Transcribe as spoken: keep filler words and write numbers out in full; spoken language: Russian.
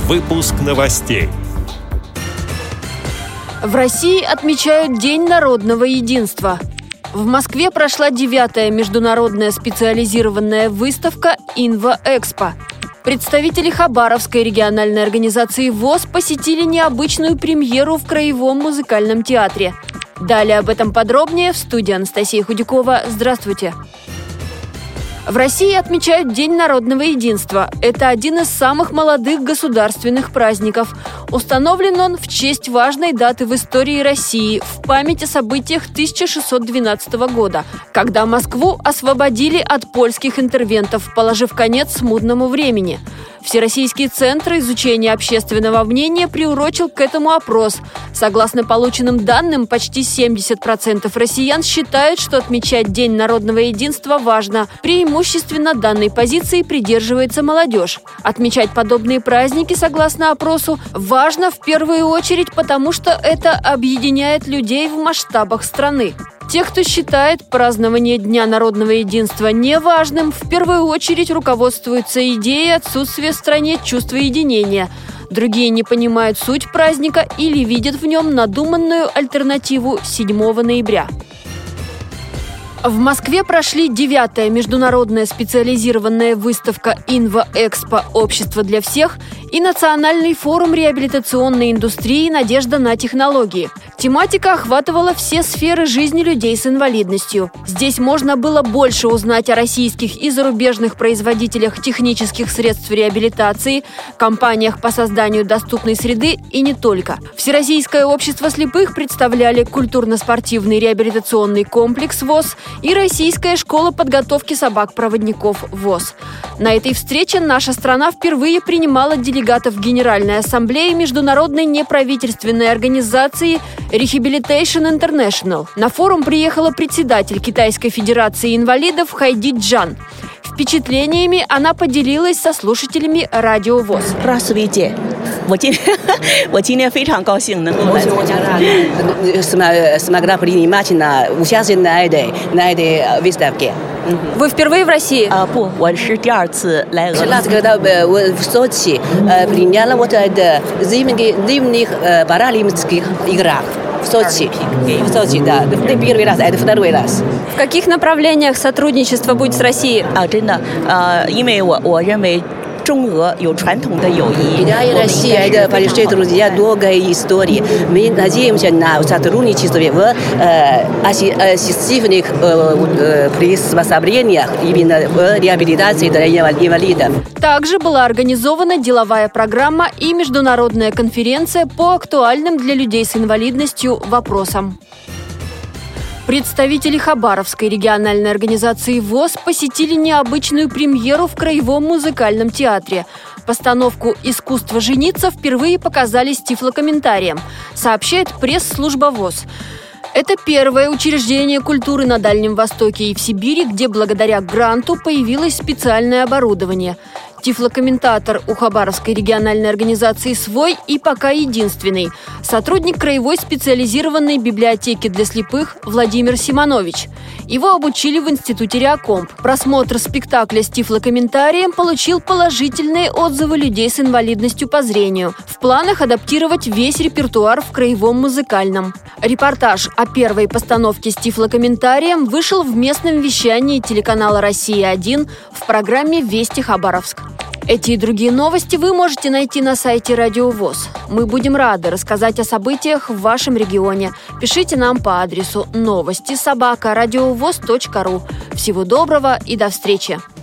Выпуск новостей. В России отмечают День народного единства. В Москве прошла девятая международная специализированная выставка «Инва-Экспо». Представители Хабаровской региональной организации ВОС посетили необычную премьеру в Краевом музыкальном театре. Далее об этом подробнее в студии Анастасия Худякова. Здравствуйте! В России отмечают День народного единства. Это один из самых молодых государственных праздников. Установлен он в честь важной даты в истории России, в память о событиях тысяча шестьсот двенадцатого года, когда Москву освободили от польских интервентов, положив конец смутному времени. Всероссийский центр изучения общественного мнения приурочил к этому опрос. Согласно полученным данным, почти семьдесят процентов россиян считают, что отмечать День народного единства важно. Преимущественно данной позиции придерживается молодежь. Отмечать подобные праздники, согласно опросу, важно в первую очередь потому, что это объединяет людей в масштабах страны. Те, кто считает празднование Дня народного единства неважным, в первую очередь руководствуются идеей отсутствия в стране чувства единения. Другие не понимают суть праздника или видят в нем надуманную альтернативу седьмого ноября. В Москве прошли девятая международная специализированная выставка «Инва-Экспо. Общество для всех» и Национальный форум реабилитационной индустрии «Надежда на технологии». Тематика охватывала все сферы жизни людей с инвалидностью. Здесь можно было больше узнать о российских и зарубежных производителях технических средств реабилитации, компаниях по созданию доступной среды и не только. Всероссийское общество слепых представляли культурно-спортивный реабилитационный комплекс ВОС и Российская школа подготовки собак-проводников ВОС. На этой встрече наша страна впервые принимала делегатов Генеральной Ассамблеи международной неправительственной организации Rehabilitation International. На форум приехала председатель Китайской Федерации инвалидов Хайди Джан. Впечатлениями она поделилась со слушателями радио ВОС. Здравствуйте. 我今天我今天非常高兴能够来参加 выставки. Вы впервые в России? А,不, 我是第二次来俄罗斯。 Когда в Сочи приняла вот это зимних паралимпийских играх. В Сочи. В Сочи, да. Это первый раз, это второй раз. В каких направлениях сотрудничество будет с Россией? А, 真的, 呃, 因为我我认为 中俄有传统的友谊。 Китай и Россия – это большие друзья, долгая история. Мы надеемся на сотрудничество в ассистивных приспособлениях, именно в реабилитации для инвалидов. Также была организована деловая программа и международная конференция по актуальным для людей с инвалидностью вопросам. Представители Хабаровской региональной организации ВОС посетили необычную премьеру в Краевом музыкальном театре. Постановку «Искусство жениться» впервые показали с тифлокомментарием, сообщает пресс-служба ВОС. Это первое учреждение культуры на Дальнем Востоке и в Сибири, где благодаря гранту появилось специальное оборудование. Тифлокомментатор у Хабаровской региональной организации свой и пока единственный. Сотрудник Краевой специализированной библиотеки для слепых Владимир Симонович. Его обучили в институте Реакомп. Просмотр спектакля с тифлокомментарием получил положительные отзывы людей с инвалидностью по зрению. В планах адаптировать весь репертуар в Краевом музыкальном. Репортаж о первой постановке с тифлокомментарием вышел в местном вещании телеканала «Россия-один» в программе «Вести Хабаровск». Эти и другие новости вы можете найти на сайте Радио ВОС. Мы будем рады рассказать о событиях в вашем регионе. Пишите нам по адресу новости собака радиовос точка ру. Всего доброго и до встречи!